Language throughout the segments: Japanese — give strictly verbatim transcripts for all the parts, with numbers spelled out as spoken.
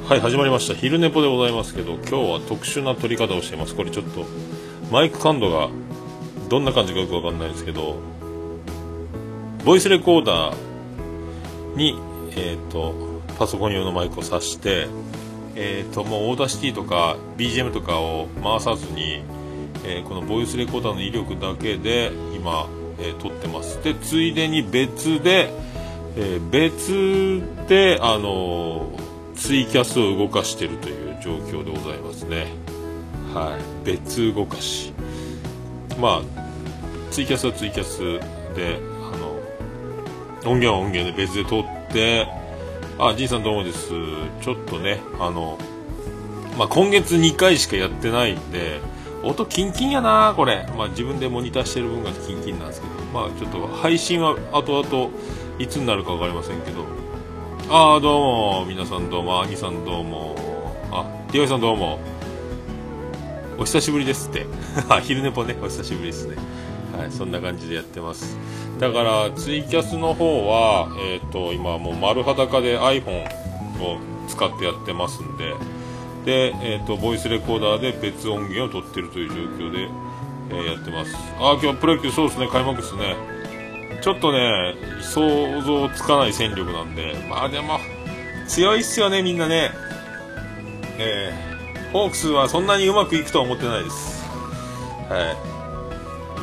はい、始まりました。昼寝ぽでございますけど、今日は特殊な撮り方をしています。これちょっとマイク感度がどんな感じかよくわかんないんですけど、ボイスレコーダーに、えー、とパソコン用のマイクを挿して、えー、ともうオーダーシティとか ビージーエム とかを回さずに、えー、このボイスレコーダーの威力だけで今、えー、撮ってます。でついでに別で、えー、別であのーツイキャスを動かしているという状況でございますね。はい、別動かし。まあツイキャスはツイキャスで、あの音源は音源で別で撮って、あ、じいさんどうもです。ちょっとね、あのまあ今月にかいしかやってないんで、音キンキンやなこれ。まあ自分でモニターしてる分がキンキンなんですけど、まあちょっと配信は後々いつになるか分かりませんけど。あーどうも皆さんどうも、兄さんどうも、あ、ティオイさんどうも、お久しぶりですって昼寝ぽね、お久しぶりですね。はい、そんな感じでやってます。だからツイキャスの方は、えー、と今もう丸裸で iPhone を使ってやってますんで、で、えー、とボイスレコーダーで別音源を取ってるという状況で、えー、やってます。あー今日プロ野球そうですね、開幕ですね。ちょっとね想像つかない戦力なんで、まあでも強いっすよねみんなね。えー、ホークスはそんなにうまくいくとは思ってないです。はい、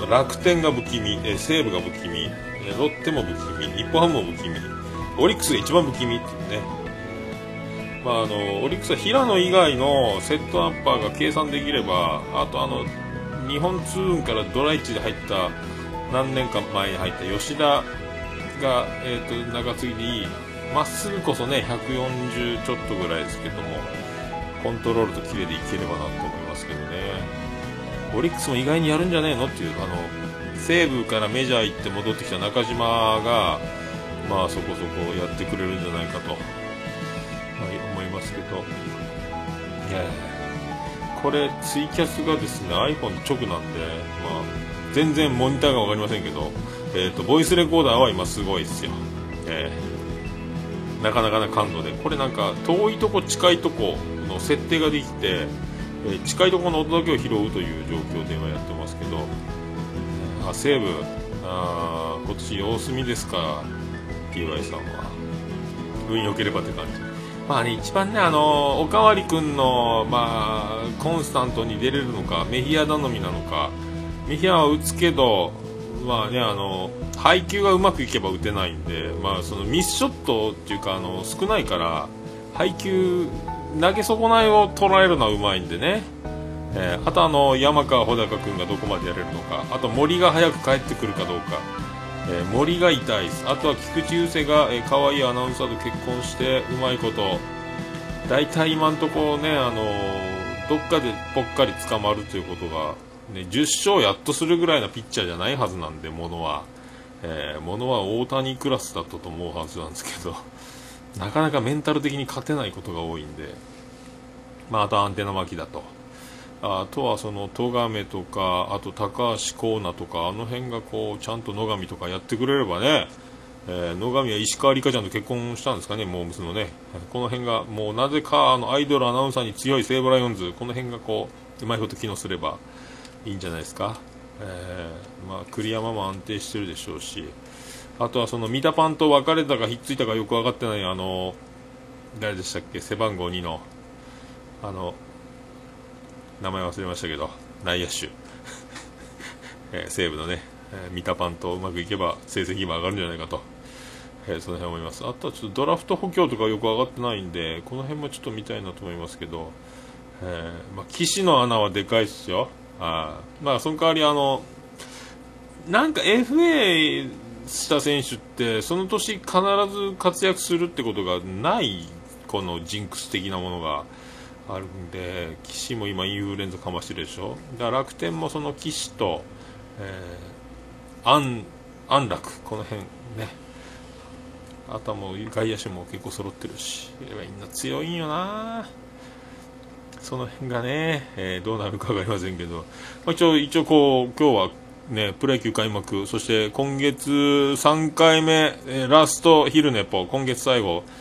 楽天が不気味、えー、西武が不気味、えー、ロッテも不気味、日本ハムも不気味、オリックスが一番不気味っていうね。まああのオリックスは平野以外のセットアッパーが計算できれば、あとあの日本ツーンからドライチで入った何年か前に入った吉田が、えー、と中継ぎでいい、まっすぐこそねひゃくよんじゅうちょっとぐらいですけども、コントロールとキレでいければなと思いますけどね。オリックスも意外にやるんじゃねえのっていう、あの西武からメジャー行って戻ってきた中島がまあそこそこやってくれるんじゃないかと、まあ、思いますけど、いやこれツイキャスがですね iPhone 直なんで、まあ全然モニターが分かりませんけど、えー、とボイスレコーダーは今すごいですよ、えー、なかなかな感度で、これなんか遠いとこ近いとこの設定ができて、えー、近いとこの音だけを拾うという状況で今やってますけど、あ西武あ今年様子見ですか ティーワイ さんは。運良ければって感じ。まあね、一番ね、あのおかわりくんの、まあ、コンスタントに出れるのかメヒア頼みなのか。メヒアは打つけど、まあね、あの配球がうまくいけば打てないんで、まあ、そのミスショットっていうかあの少ないから配球投げ損ないを捉えるのはうまいんでね、えー、あとあの山川穂高君がどこまでやれるのか、あと森が早く帰ってくるかどうか、えー、森が痛いです。あとは菊池雄星が、えー、可愛いアナウンサーと結婚してうまいことだいたい今んとこね、あのー、どっかでぽっかり捕まるということがね、じゅっ勝やっとするぐらいなピッチャーじゃないはずなんで、ものは、えー、ものは大谷クラスだったと思うはずなんですけどなかなかメンタル的に勝てないことが多いんで、まあ、あとアンテナ巻きだと、あとはその戸亀とか、あと高橋光成とか、あの辺がこうちゃんと野上とかやってくれればね、えー、野上は石川梨花ちゃんと結婚したんですかね、モームスのね。この辺がもうなぜかあのアイドルアナウンサーに強い西武ライオンズ、この辺がこううまいこと機能すればいいんじゃないですか。えーまあ、栗山も安定してるでしょうし、あとはその見たパンと別れたかひっついたかよく分かってない、あの誰でしたっけ、背番号にのあの名前忘れましたけど内野手、えー、西武のね、えー、見たパンとうまくいけば成績も上がるんじゃないかと、えー、その辺思います。あとはちょっとドラフト補強とかよく分かってないんで、この辺もちょっと見たいなと思いますけど、えーまあ、岸の穴はでかいっすよ。あまあその代わりあのなんか エフエー した選手ってその年必ず活躍するってことがない、このジンクス的なものがあるんで、岸も今インフルエンザかましてるでしょ。だから楽天もその岸と、えー、安, 安楽この辺ね、あとはもう外野手も結構揃ってるし、みんな強いんよな。その辺がね、えー、どうなるか分かりませんけど、まあ、一応、一応こう今日は、ね、プロ野球開幕、そして今月さんかいめ、えー、ラスト昼寝ぽ、今月最後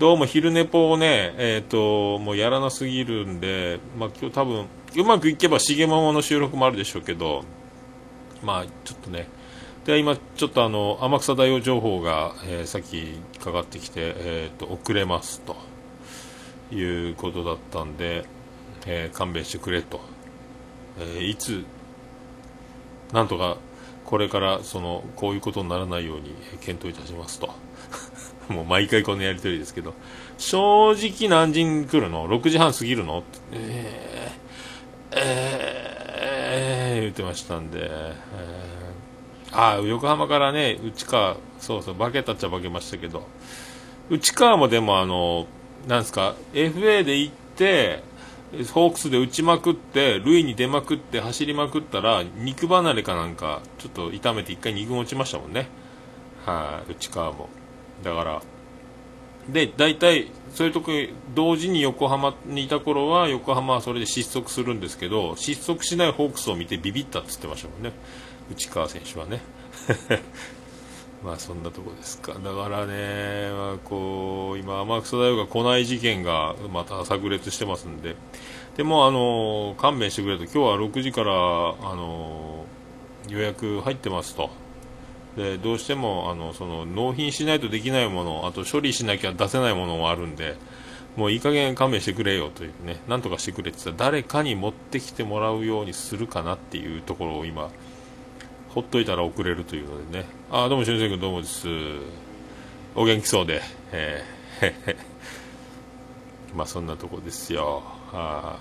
どうも昼寝ぽをね、えっ、ー、と、もうやらなすぎるんで、まあ今日多分、うまくいけばしげももの収録もあるでしょうけど、まあちょっとね、で今ちょっとあの天草大王情報が、えー、さっきかかってきて、えー、と遅れますということだったんで、えー、勘弁してくれと、えー、いつなんとかこれからそのこういうことにならないように検討いたしますともう毎回このやり取りですけど、正直何時に来るのろくじはん過ぎるのって、えー、えー、言ってましたんで、えーああ横浜からね内川そうそう化けたっちゃ化けましたけど、内川もでもあのなんですか エフエー で行ってホークスで打ちまくって塁に出まくって走りまくったら肉離れかなんかちょっと痛めて一回に軍落ちましたもんね。はい、内川もだからで大体そういうとこ同時に横浜にいた頃は横浜はそれで失速するんですけど、失速しないホークスを見てビビったっつってましたもんね、内川選手はねまあそんなとこですか。だからね、まあ、こう今天草大王が来ない事件がまた炸裂してますんで、でもあの勘弁してくれと、今日はろくじからあの予約入ってますと、でどうしてもあのその納品しないとできないもの、あと処理しなきゃ出せないものもあるんで、もういい加減勘弁してくれよというね、なんとかしてくれって言ったら誰かに持ってきてもらうようにするかなっていうところを今ほっといたら遅れるというのでね。あ、どうも俊介君どうもです。お元気そうで、えー、まあそんなとこですよ。は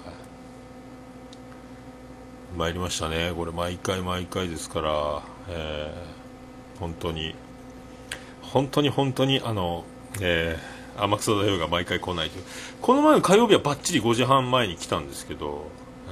参りましたね。これ毎回毎回ですから、えー、本当に本当に本当にあの、えー、天草大王が毎回来ないという。この前の火曜日はバッチリごじはんまえに来たんですけど、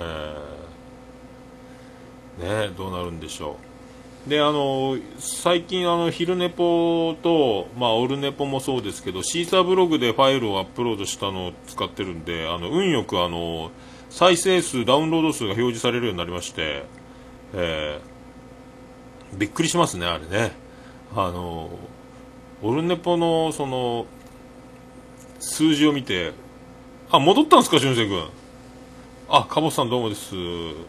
えー、ねどうなるんでしょう。であの最近あの昼寝ぽと、まあ、オルネポもそうですけどシーサーブログでファイルをアップロードしたのを使ってるんで、あの運よくあの再生数ダウンロード数が表示されるようになりまして、えー、びっくりしますねあれね。あのオルネポのその数字を見て、あ戻ったんですか俊介君。あかぼすさんどうもです。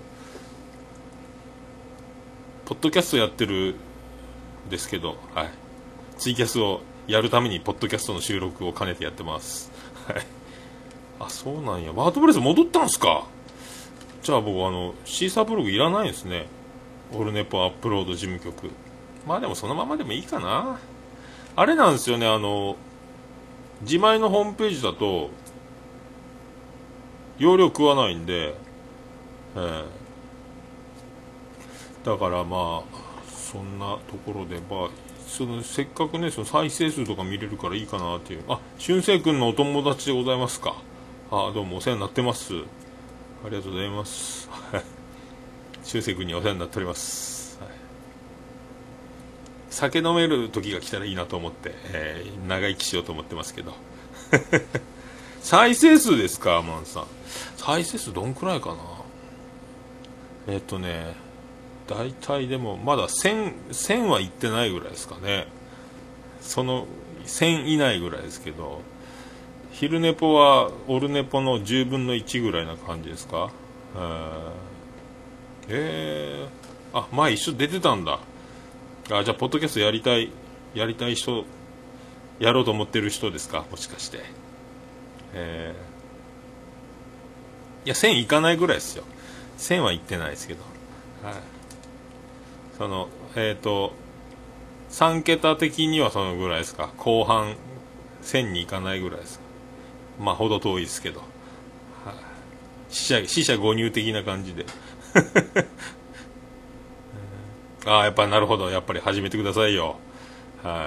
ポッドキャストやってるんですけど、はい、ツイキャスをやるためにポッドキャストの収録を兼ねてやってます。はい。あ、そうなんや。ワードプレス戻ったんすか。じゃあ僕あのシーサーブログいらないですね。オルネポアップロード事務局。まあでもそのままでもいいかな。あれなんですよね、あの自前のホームページだと容量食わないんで、えーだからまあそんなところで、まあ、そのせっかくねその再生数とか見れるからいいかなっていう。あ、俊く君のお友達でございますか。あ、どうもお世話になってます。ありがとうございます。俊く君にお世話になっております、はい、酒飲める時が来たらいいなと思って、えー、長生きしようと思ってますけど再生数ですか、アマンさん。再生数どんくらいかな。えっとね大体でもまだせん、せんはいってないぐらいですかね。そのせん以内ぐらいですけど、昼ネポはオルネポのじゅうぶんのいちぐらいな感じですか。えー、あ、前一緒出てたんだ。あ、じゃあポッドキャストやりたいやりたい人、やろうと思ってる人ですか、もしかして。えー、いやせんいかないぐらいですよ。せんはいってないですけど、はい、そのえっ、ー、とさん桁的にはそのぐらいですか。後半せんにいかないぐらいですか。まあほど遠いですけど、はあ、死者死者誤入的な感じでああやっぱなるほど、やっぱり始めてくださいよ。はい、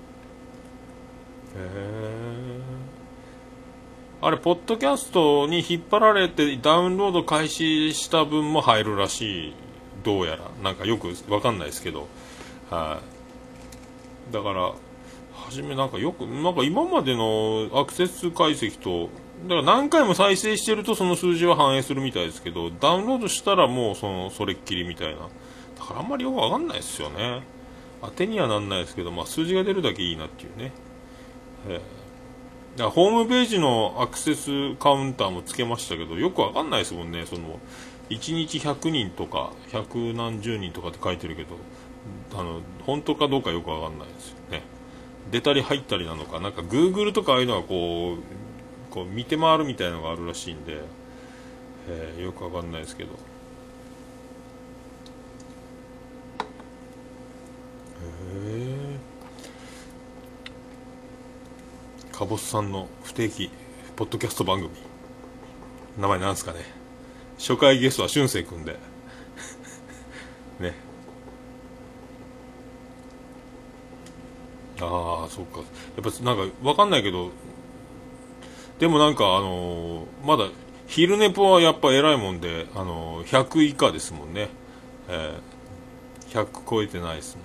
へー、あれポッドキャストに引っ張られてダウンロード開始した分も入るらしい。どうやらなんかよくわかんないですけど、はい、だから初めなんかよくなんか今までのアクセス解析とだから何回も再生してるとその数字は反映するみたいですけど、ダウンロードしたらもうそのそれっきりみたいな。だからあんまりよくわかんないですよね。当てにはなんないですけど、まあ数字が出るだけいいなっていうね。えーだからホームページのアクセスカウンターもつけましたけど、よくわかんないですもんね。そのいちにちひゃくにんとか百何十人とかって書いてるけど、あの本当かどうかよくわかんないですよね。出たり入ったりなのか、なんか Google とかああいうのはこうこう見て回るみたいなのがあるらしいんで、えー、よくわかんないですけど。へー、かぼすさんの不定期ポッドキャスト番組、名前なんですかね。初回ゲストは俊生くんでね。ああ、そっか。やっぱなんかわかんないけど、でもなんかあのーまだ昼寝ぽはやっぱ偉いもんで、あのーひゃく以下ですもんね。えー、ひゃく超えてないですもん。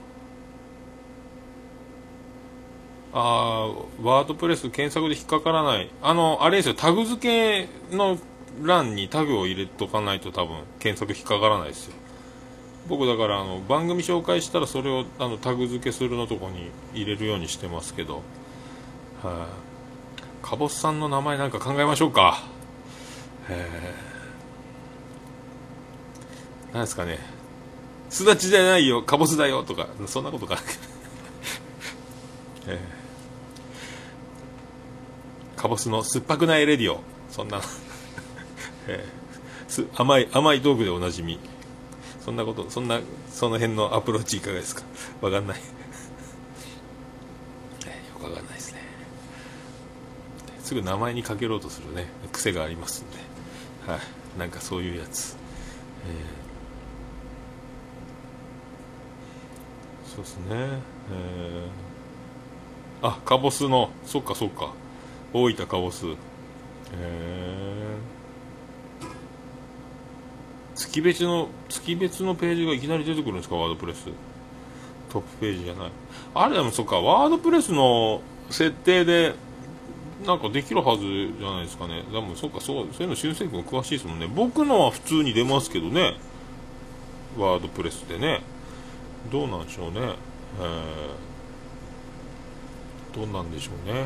あー、ワードプレス検索で引っかからない。あの、あれですよ、タグ付けの欄にタグを入れとかないと多分検索引っかからないですよ。僕だからあの番組紹介したらそれをあのタグ付けするのとこに入れるようにしてますけど、はい、かぼすさんの名前なんか考えましょうか。えー、なんですかね、すだちじゃないよかぼすだよとかそんなことか、えー、かぼすの酸っぱくないレディオ、そんな、えー、す甘い甘い道具でおなじみ、そんなこと、そんなその辺のアプローチいかがですか。わかんない、えー、よくわかんないですね。すぐ名前にかけろうとするね癖がありますんで、はい、なんかそういうやつ、えー、そうですね、えー、あ、かぼすの、そっかそっか、大分かぼす、えー、月別の月別のページがいきなり出てくるんですか、ワードプレストップページじゃない、あれでもそっか、ワードプレスの設定でなんかできるはずじゃないですかね。でもそっか、そう、そういうの俊く君詳しいですもんね。僕のは普通に出ますけどね、ワードプレスでね。どうなんでしょうね、えー、どうなんでしょうね、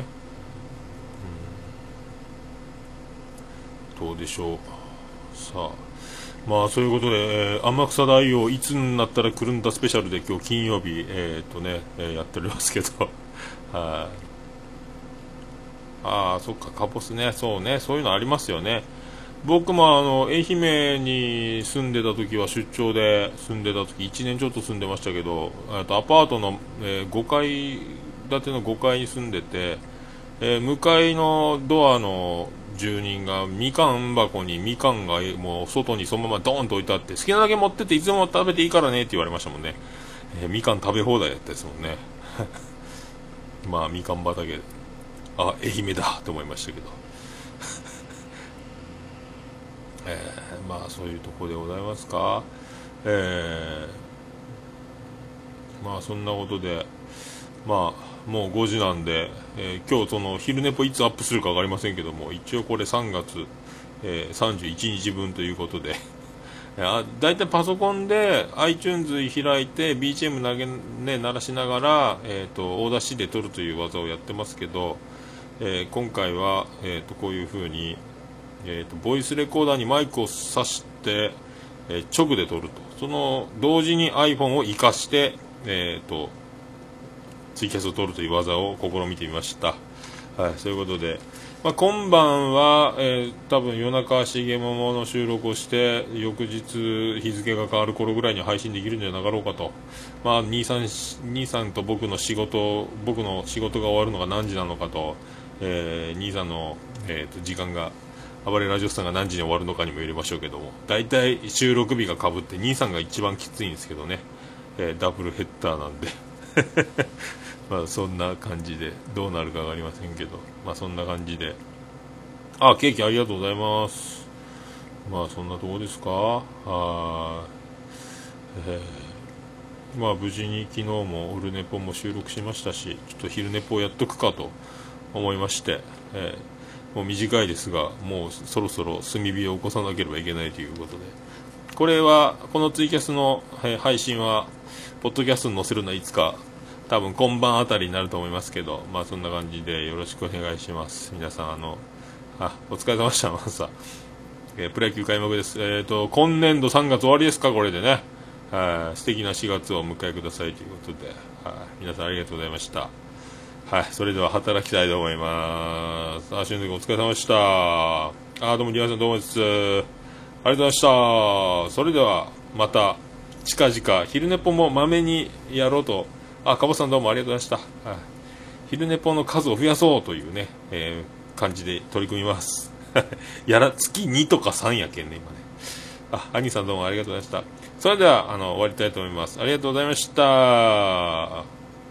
うん、どうでしょう。さあ、まあそういうことで、えー、天草大王いつになったら来るんだスペシャルで今日金曜日、えー、っとね、えー、やっておりますけどはい、ああ、そっか、カボスね、そうね、そういうのありますよね。僕もあの愛媛に住んでた時は出張で住んでた時いちねんちょっと住んでましたけど、とアパートの、えー、ごかい建てのごかいに住んでて、えー向かいのドアの住人がみかん箱にみかんがもう外にそのままドーンと置いてあって、好きなだけ持ってっていつでも食べていいからねって言われましたもんね。えーみかん食べ放題やったですもんねまあみかん畑、あ、愛媛だと思いましたけど、えー、まあそういうところでございますか。えー、まあそんなことで、まあもうごじなんで、えー、今日その昼寝ぽいつアップするか分かりませんけども、一応これさんがつ、えー、さんじゅういちにちぶんということであ、だいたいパソコンで iTunes 開いて ビージーエム 投げ、ね、鳴らしながら、えーと、オーダー C で撮るという技をやってますけど、えー、今回は、えーと、こういう風に、えーと、ボイスレコーダーにマイクを挿して、えー、直で撮ると、その同時に iPhone を活かして、えーと、ツイキャスを撮るという技を試みてみました。はい、そういうことで、まあ、今晩は、えー、多分夜中しげももの収録をして翌日日付が変わる頃ぐらいに配信できるんじゃなかろうかと、まあ、兄さん、兄さんと僕の仕事僕の仕事が終わるのが何時なのかと、えー、兄さんの、えー、と時間が暴れラジオさんが何時に終わるのかにもよりましょうけども、だいたい収録日がかぶって兄さんが一番きついんですけどね、えー、ダブルヘッダーなんでまあそんな感じでどうなるか分かりませんけど、まあそんな感じで、あ、ケーキありがとうございます。まあそんなとこですか。あ、えー、まあ無事に昨日もオルネポも収録しましたし、ちょっと昼ネポをやっとくかと思いまして、えー、もう短いですがもうそろそろ炭火を起こさなければいけないということで、これはこのツイキャスの、えー、配信はポッドキャストに載せるのはいつか多分今晩あたりになると思いますけど、まあそんな感じでよろしくお願いします。皆さん、あの、あ、お疲れ様でした。まずさ、えー、プロ野球開幕です。えっ、ー、と、今年度さんがつ終わりですか、これでね。はい、素敵なしがつをお迎えくださいということで、はい、皆さんありがとうございました。はい、それでは働きたいと思います。あ、しゅんくんお疲れ様でした。あ、どうも、リアさんどうもです。ありがとうございました。それでは、また、近々、昼寝ぽもまめにやろうと、あ、かぼさんどうもありがとうございました。はい、昼寝ぽの数を増やそうというね、えー、感じで取り組みます。やら、月にとかさんやけんね、今ね。あ、兄さんどうもありがとうございました。それでは、あの、終わりたいと思います。ありがとうございました。はい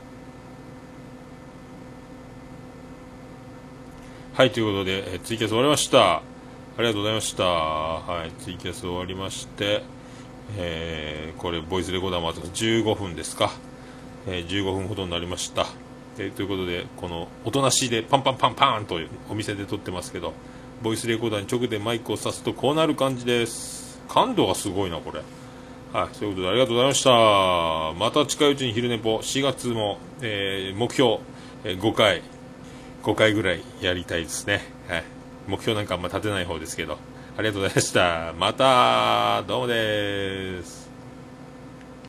、ということで、えツイキャス終わりました。ありがとうございました。はい、ツイキャス終わりまして、えー、これ、ボイスレコーダーもあとじゅうごふんですか。えー、じゅうごふんほどになりました。えー、ということで、この、おとなしでパンパンパンパンとお店で撮ってますけど、ボイスレコーダーに直でマイクを挿すとこうなる感じです。感度がすごいな、これ。はい、ということでありがとうございました。また近いうちに昼寝ぽ、しがつも、えー、目標、えー、ごかい、ごかいぐらいやりたいですね。はい、目標なんかあんま立てない方ですけど、ありがとうございました。また、どうもです。